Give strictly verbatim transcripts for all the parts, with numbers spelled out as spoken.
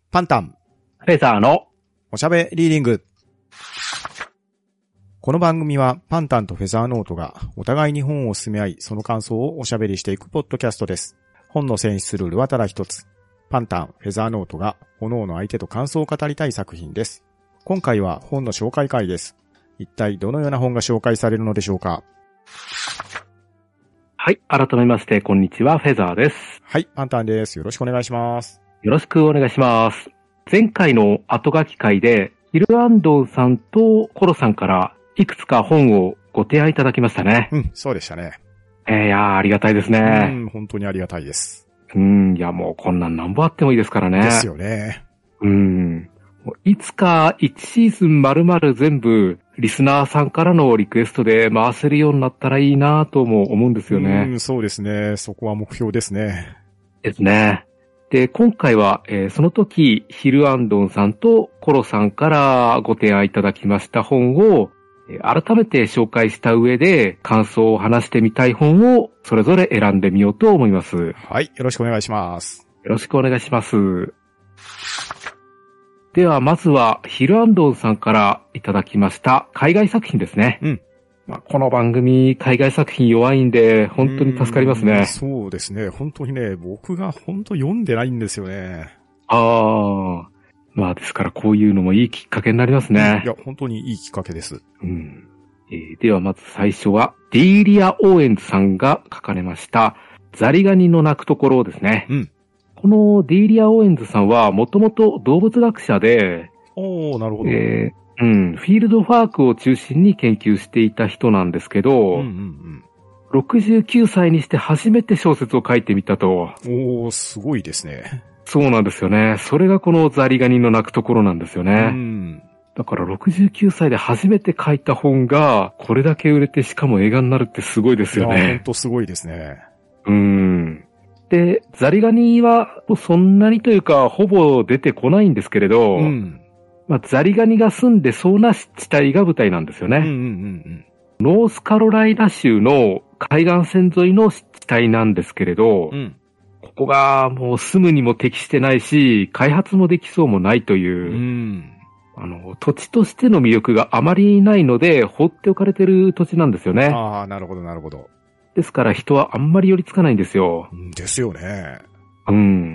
パンタン、 フェザーのおしゃべリーディング。この番組はパンタンとフェザーノートがお互いに本を進め合い、その感想をおしゃべりしていくポッドキャストです。本の選出ルールはただ一つ。パンタン、フェザーノートが各々相手と感想を語りたい作品です。今回は本の紹介会です。一体どのような本が紹介されるのでしょうか。 はい、改めましてこんにちは、フェザーです。 はい、パンタンです。よろしくお願いします。 よろしくお願いします。前回の後書き会でヒルアンドンさんとコロさんからいくつか本をご提案いただきましたね。 うん、そうでしたね。 えー、いやーありがたいですね。 うん、本当にありがたいです。 うん、いやもうこんなん何本あってもいいですからね。 ですよね。 うん、いつかいちシーズン丸々全部リスナーさんからのリクエストで回せるようになったらいいなとも思うんですよね。 うん、そうですね。そこは目標ですね。 ですね。で、今回は、えー、その時、ヒルアンドンさんとコロさんからご提案いただきました本を、えー、改めて紹介した上で、感想を話してみたい本をそれぞれ選んでみようと思います。 はい、よろしくお願いします。 よろしくお願いします。では、まずは、ヒルアンドンさんからいただきました海外作品ですね。 うん。 まあ、この番組、海外作品弱いんで、本当に助かりますね。 そうですね。本当にね、僕が本当読んでないんですよね。 ああ。まあ、ですからこういうのもいいきっかけになりますね。 いや、本当にいいきっかけです。 うん。えー、ではまず最初は、ディーリア・オーエンズさんが書かれました、ザリガニの鳴くところですね。 うん。 このディーリア・オーエンズさんは、もともと動物学者で、 おー、なるほど。 えーうん、フィールドワークを中心に研究していた人なんですけど、 うんうんうん、 ろくじゅうきゅうさいにして初めて小説を書いてみたと。 おー、すごいですね。 そうなんですよね。それがこのザリガニの鳴くところなんですよね。 うん、 だからろくじゅうきゅうさいで初めて書いた本がこれだけ売れてしかも映画になるってすごいですよね。 いや、ほんとすごいですね。 うーん。で、ザリガニはそんなにというかほぼ出てこないんですけれど、 うんまあ、ザリガニが住んでそうな地帯が舞台なんですよね。 うんうんうん、 ノースカロライナ州の海岸線沿いの地帯なんですけれど、 うん、 ここがもう住むにも適してないし、開発もできそうもないという、 うん、 あの、土地としての魅力があまりないので、放っておかれてる土地なんですよね。 ああ、なるほどなるほど。 ですから人はあんまり寄りつかないんですよ。 ですよね。 うん。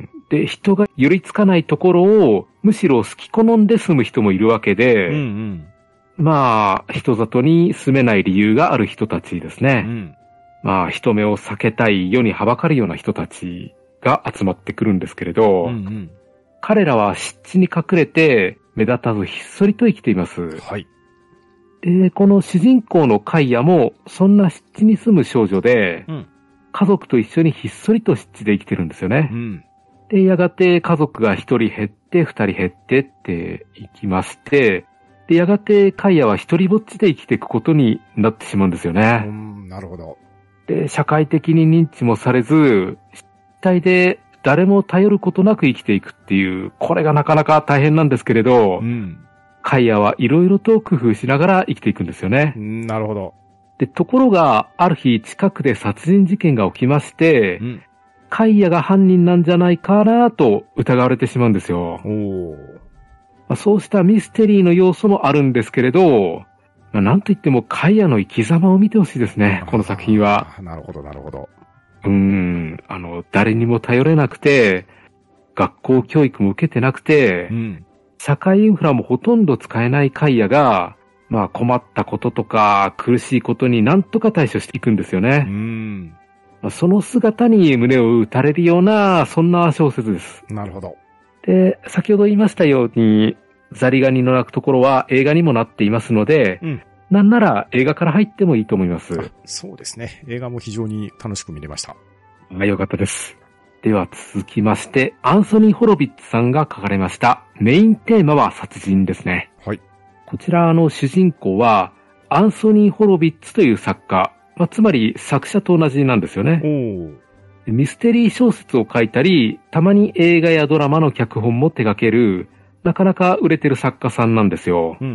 で、人が寄りつかないところを、むしろ好き好んで住む人もいるわけで、 うんうん、 まあ、人里に住めない理由がある人たちですね。 うん、 まあ、人目を避けたい、世にはばかるような人たちが集まってくるんですけれど、 うんうん、 彼らは湿地に隠れて、目立たずひっそりと生きています。 はい。 で、この主人公のカイヤも、そんな湿地に住む少女で、 うん、 家族と一緒にひっそりと湿地で生きてるんですよね。 うん、 で、やがて家族が一人減って、二人減ってっていきまして、で、やがてカイヤは一人ぼっちで生きていくことになってしまうんですよね。 うん、なるほど。 で、社会的に認知もされず、湿地帯で誰も頼ることなく生きていくっていう、これがなかなか大変なんですけれど、 うん、 カイヤはいろいろと工夫しながら生きていくんですよね。 うん、なるほど。 で、ところが、ある日近くで殺人事件が起きまして、うん、カイヤが犯人なんじゃないかなと疑われてしまうんですよ。 おー。 まあ、そうしたミステリーの要素もあるんですけれど、まあ、なんといってもカイヤの生き様を見てほしいですね、この作品は。 なるほど、なるほど。 うーん、あの、誰にも頼れなくて、学校教育も受けてなくて、うん、社会インフラもほとんど使えないカイヤが、まあ困ったこととか苦しいことに何とか対処していくんですよね。 うんその姿に胸を打たれるような、そんな小説です。 なるほど。 で、先ほど言いましたように、ザリガニの鳴くところは映画にもなっていますので、うん、なんなら映画から入ってもいいと思います。 そうですね。映画も非常に楽しく見れました。 あ、よかったです。では続きまして、アンソニー・ホロビッツさんが書かれました、メインテーマは殺人ですね。 はい。 こちらの主人公は、アンソニー・ホロビッツという作家、まあ、つまり作者と同じなんですよね。 おミステリー小説を書いたり、たまに映画やドラマの脚本も手掛ける、なかなか売れてる作家さんなんですよ。 うんうんうん、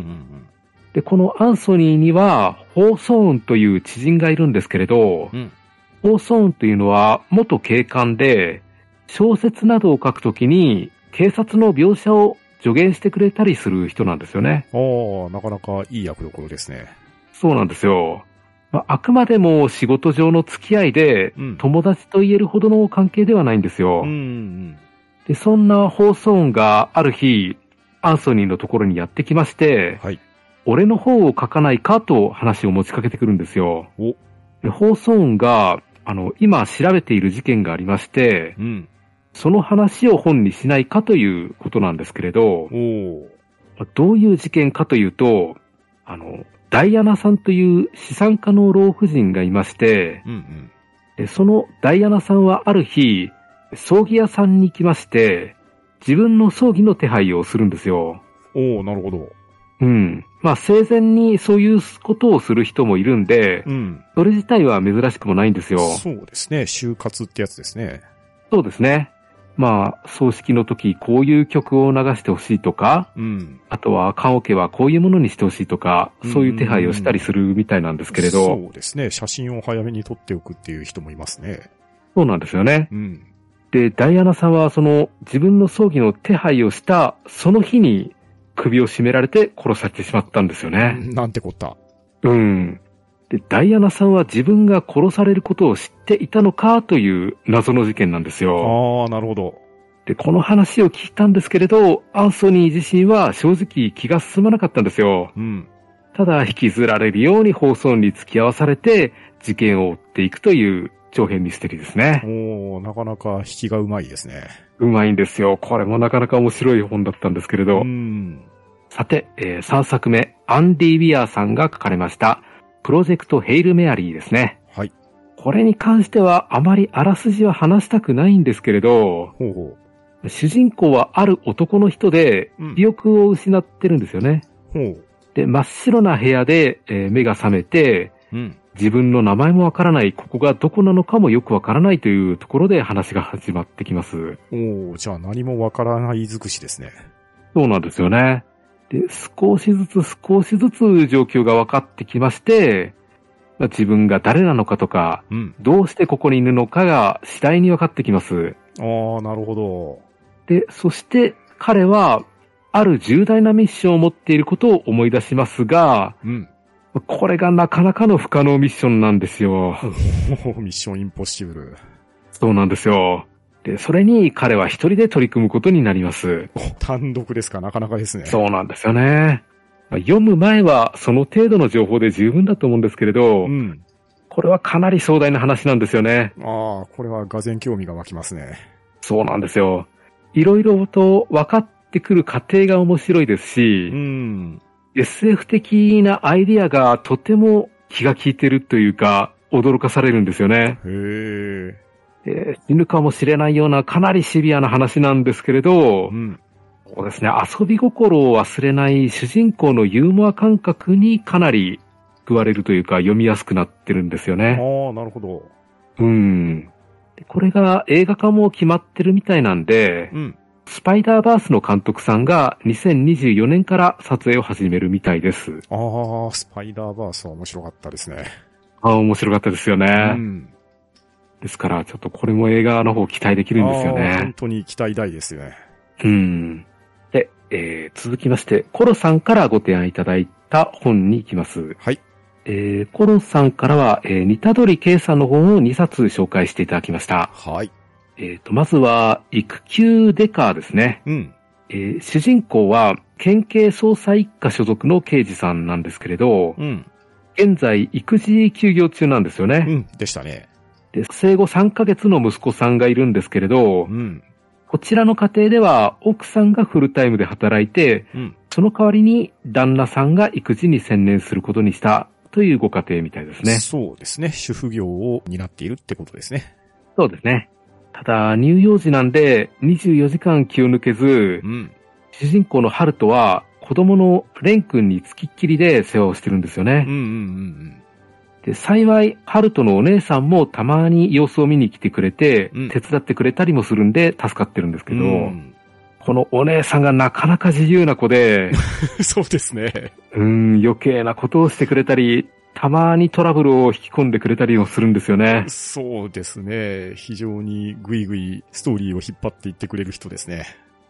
で、このアンソニーには、ホーソーンという知人がいるんですけれど、うん、ホーソーンというのは元警官で、小説などを書くときに警察の描写を助言してくれたりする人なんですよね。 ああ、なかなかいい役どころですね。 そうなんですよ。まあ、あくまでも仕事上の付き合いで、うん、友達と言えるほどの関係ではないんですよ。 うんうん、 で、そんなホーソーンがある日、アンソニーのところにやってきまして、 はい、 俺の方を書かないかと話を持ちかけてくるんですよ。 おでホーソーンが、あの、今調べている事件がありまして、 うん、 その話を本にしないかということなんですけれど、 おどういう事件かというと、あの、ダイアナさんという資産家の老婦人がいまして、 うんうん、そのダイアナさんはある日、葬儀屋さんに行きまして、自分の葬儀の手配をするんですよ。 おー、なるほど。 うん。まあ、生前にそういうことをする人もいるんで、 うん、 それ自体は珍しくもないんですよ。 そうですね。就活ってやつですね。 そうですね。まあ、葬式の時、こういう曲を流してほしいとか、 うん、 あとは、棺桶はこういうものにしてほしいとか、そういう手配をしたりするみたいなんですけれど。 そうですね。写真を早めに撮っておくっていう人もいますね。 そうなんですよね。 うん、 で、ダイアナさんは、その、自分の葬儀の手配をした、その日に、首を絞められて殺されてしまったんですよね。 なんてこった。 うん。で、ダイアナさんは自分が殺されることを知っていたのかという謎の事件なんですよ。 ああ、なるほど。 で、この話を聞いたんですけれど、アンソニー自身は正直気が進まなかったんですよ。 うん。 ただ、引きずられるように放送に付き合わされて、事件を追っていくという長編ミステリーですね。 おー、なかなか引きがうまいですね。 うまいんですよ。これもなかなか面白い本だったんですけれど。 うん。 さて、えー、さんさくめ、アンディ・ウィアーさんが書かれました、プロジェクト・ヘイル・メアリーですね。 はい。 これに関してはあまりあらすじは話したくないんですけれど、 ほうほう主人公はある男の人で、記憶を失ってるんですよね。 うん、ほうで、真っ白な部屋で、えー、目が覚めて、 うん、 自分の名前もわからない、ここがどこなのかもよくわからないというところで話が始まってきます。 おー、じゃあ何もわからない尽くしですね。 そうなんですよね。で、少しずつ少しずつ状況が分かってきまして、まあ、自分が誰なのかとか、 うん、 どうしてここにいるのかが次第に分かってきます。 ああ、なるほど。 で、そして彼は、ある重大なミッションを持っていることを思い出しますが、 うん、 これがなかなかの不可能ミッションなんですよ。 ミッションインポッシブル。 そうなんですよ。で、それに彼は一人で取り組むことになります。 単独ですか、なかなかですね。 そうなんですよね。読む前はその程度の情報で十分だと思うんですけれど、 うん、 これはかなり壮大な話なんですよね。 ああ、これは俄然興味が湧きますね。 そうなんですよ。いろいろと分かってくる過程が面白いですし、 うん、 エスエフ 的なアイディアがとても気が利いてるというか、驚かされるんですよね。 へー。 えー、死ぬかもしれないようなかなりシビアな話なんですけれど、 うん、 そうですね、遊び心を忘れない主人公のユーモア感覚にかなり救われるというか読みやすくなってるんですよね。 ああ、なるほど。 うん。これが映画化も決まってるみたいなんで、 うん、 スパイダーバースの監督さんがにせんにじゅうよねんから撮影を始めるみたいです。 ああ、スパイダーバースは面白かったですね。 ああ、面白かったですよね。 うん。 ですから、ちょっとこれも映画の方期待できるんですよね。 本当に期待大ですよね。 うん。で、えー、続きまして、コロさんからご提案いただいた本に行きます。 はい。 えー、コロさんからは、えー、似たどり圭さんの本をにさつ紹介していただきました。 はい。 えーと、まずは、育休デカーですね。 うん。 えー、主人公は、県警捜査一課所属の刑事さんなんですけれど、 うん。 現在、育児休業中なんですよね。 うん、でしたね。 で、生後さんかげつの息子さんがいるんですけれど、 うん。 こちらの家庭では、奥さんがフルタイムで働いて、 うん。 その代わりに、旦那さんが育児に専念することにしたというご家庭みたいですね。 そうですね。主婦業を担っているってことですね。 そうですね。ただ、乳幼児なんで、にじゅうよじかん気を抜けず、 うん。 主人公のハルトは、子供のレン君につきっきりで世話をしてるんですよね。 うんうんうんうん。 で、幸い、ハルトのお姉さんもたまに様子を見に来てくれて、うん、手伝ってくれたりもするんで助かってるんですけど、うん、このお姉さんがなかなか自由な子で、 そうですね。 うん、余計なことをしてくれたり、たまにトラブルを引き込んでくれたりもするんですよね。 そうですね。非常にグイグイストーリーを引っ張っていってくれる人ですね。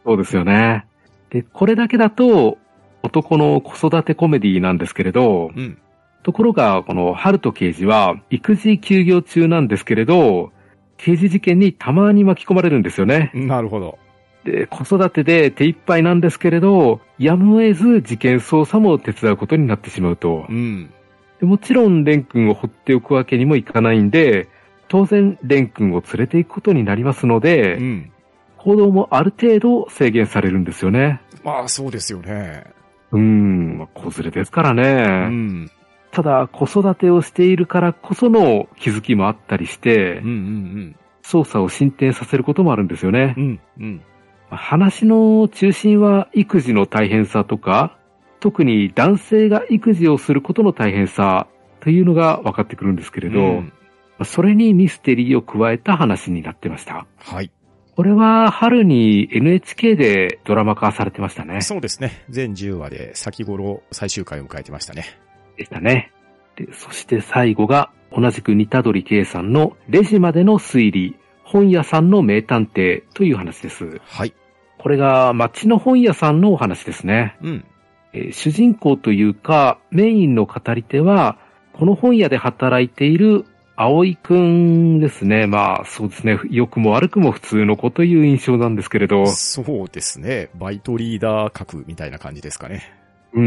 そうですよね。で、これだけだと、男の子育てコメディなんですけれど、 うん。 ところが、このハルト刑事は、育児休業中なんですけれど、刑事事件にたまに巻き込まれるんですよね。 なるほど。 で、子育てで手一杯なんですけれど、やむを得ず事件捜査も手伝うことになってしまうと。 うん。 でもちろん、レン君を放っておくわけにもいかないんで、当然、レン君を連れて行くことになりますので、 うん。 行動もある程度制限されるんですよね。 まあ、そうですよね。 うーん、子連れですからね。 うん。 ただ、子育てをしているからこその気づきもあったりして、 うんうん捜査を進展させることもあるんですよね。 うん。うんうん。 話の中心は育児の大変さとか、特に男性が育児をすることの大変さというのが分かってくるんですけれど、 うん、 それにミステリーを加えた話になってました。 はい。 これは春に エヌエイチケー でドラマ化されてましたね。 そうですね。全じゅうわで先頃最終回を迎えてましたね。 でしたね。で、そして最後が同じく似たどり圭さんのレジまでの推理、本屋さんの名探偵という話です。 はい。 これが町の本屋さんのお話ですね。 うん。 えー主人公というかメインの語り手はこの本屋で働いている葵くんですね。まあそうですね。良くも悪くも普通の子という印象なんですけれど。 そうですね。バイトリーダー格みたいな感じですかね。 うん。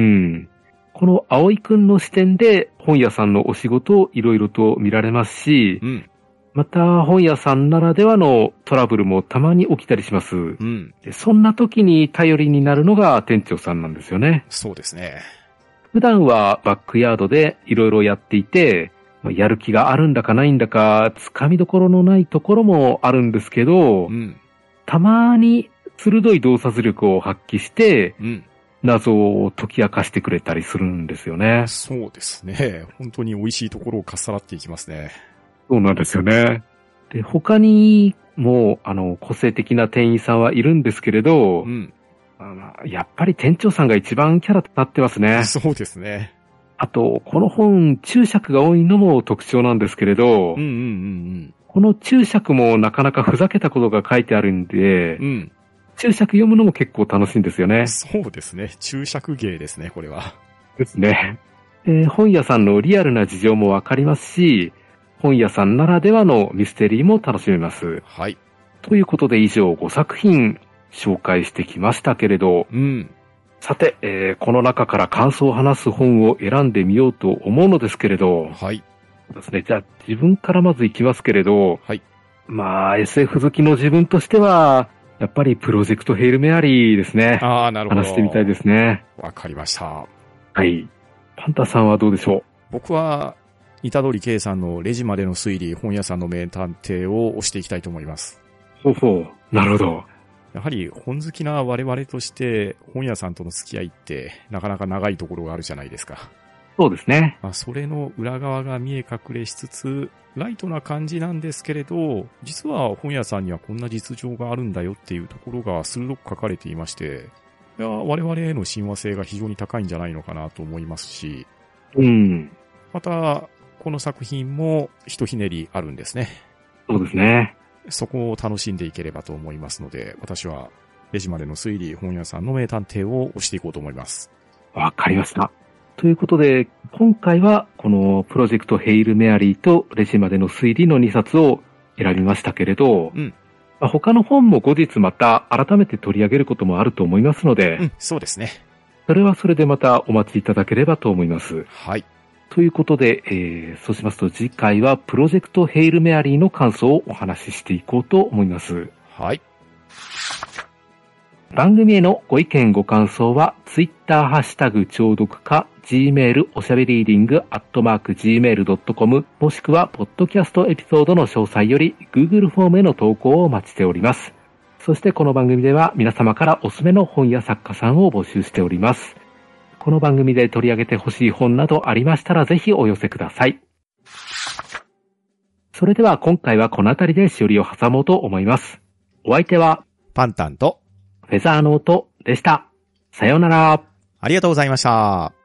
この葵くんの視点で本屋さんのお仕事をいろいろと見られますし、 うん。 また本屋さんならではのトラブルもたまに起きたりします。 うん。 でそんな時に頼りになるのが店長さんなんですよね。 そうですね。 普段はバックヤードでいろいろやっていて、やる気があるんだかないんだか、つかみどころのないところもあるんですけど、 うん。 たまに鋭い洞察力を発揮して、 うん。 謎を解き明かしてくれたりするんですよね。 そうですね。本当に美味しいところをかっさらっていきますね。 そうなんですよね。で、他にも、あの、個性的な店員さんはいるんですけれど、 うん。 あやっぱり店長さんが一番キャラ立ってますね。 そうですね。 あと、この本、注釈が多いのも特徴なんですけれど、 うんうんうんこの注釈もなかなかふざけたことが書いてあるんで、 うん。うん。 注釈読むのも結構楽しいんですよね。 そうですね。注釈芸ですね、これは。 ですね。えー本屋さんのリアルな事情もわかりますし、本屋さんならではのミステリーも楽しめます。 はい。 ということで以上ごさく品紹介してきましたけれど、 うん。 さて、えーこの中から感想を話す本を選んでみようと思うのですけれど、 はい。 そうですね。じゃあ自分からまずいきますけれど、 はい。 まあ エスエフ 好きの自分としては、やっぱりプロジェクトヘイルメアリーですね。 ああ、なるほど。 話してみたいですね。 わかりました。 はい。パンタさんはどうでしょ僕は、似たどり K さんのレジまでの推理、本屋さんの名探偵を押していきたいと思います。 う？ほうほう。なるほど。 やはり本好きな我々として本屋さんとの付き合いってなかなか長いところがあるじゃないですか。 そうですね。 まあ、それの裏側が見え隠れしつつ、ライトな感じなんですけれど、実は本屋さんにはこんな実情があるんだよっていうところが鋭く書かれていまして、いや我々への親和性が非常に高いんじゃないのかなと思いますし、 うん。 また、この作品もひとひねりあるんですね。 そうですね。 そこを楽しんでいければと思いますので、私はレジまでの推理本屋さんの名探偵を押していこうと思います。 わかりました。ということで、今回はこのプロジェクトヘイルメアリーとレジまでの推理のにさつを選びましたけれど、 うん。 まあ、他の本も後日また改めて取り上げることもあると思いますので、 うん、そうですね。 それはそれでまたお待ちいただければと思います。 はい。 ということで、えー、そうしますと次回はプロジェクトヘイルメアリーの感想をお話ししていこうと思います。 はい。 番組へのご意見ご感想は、ツイッターハッシュタグ聴読か、Gmail おしゃべりーディングアットマーク ジーメールドットコム もしくは、ポッドキャストエピソードの詳細より Google フォームへの投稿をお待ちしております。そしてこの番組では皆様からおすすめの本や作家さんを募集しております。この番組で取り上げてほしい本などありましたらぜひお寄せください。それでは今回はこの辺りでしおりを挟もうと思います。お相手はパンタンとフェザーノートでした。さようなら。 ありがとうございました。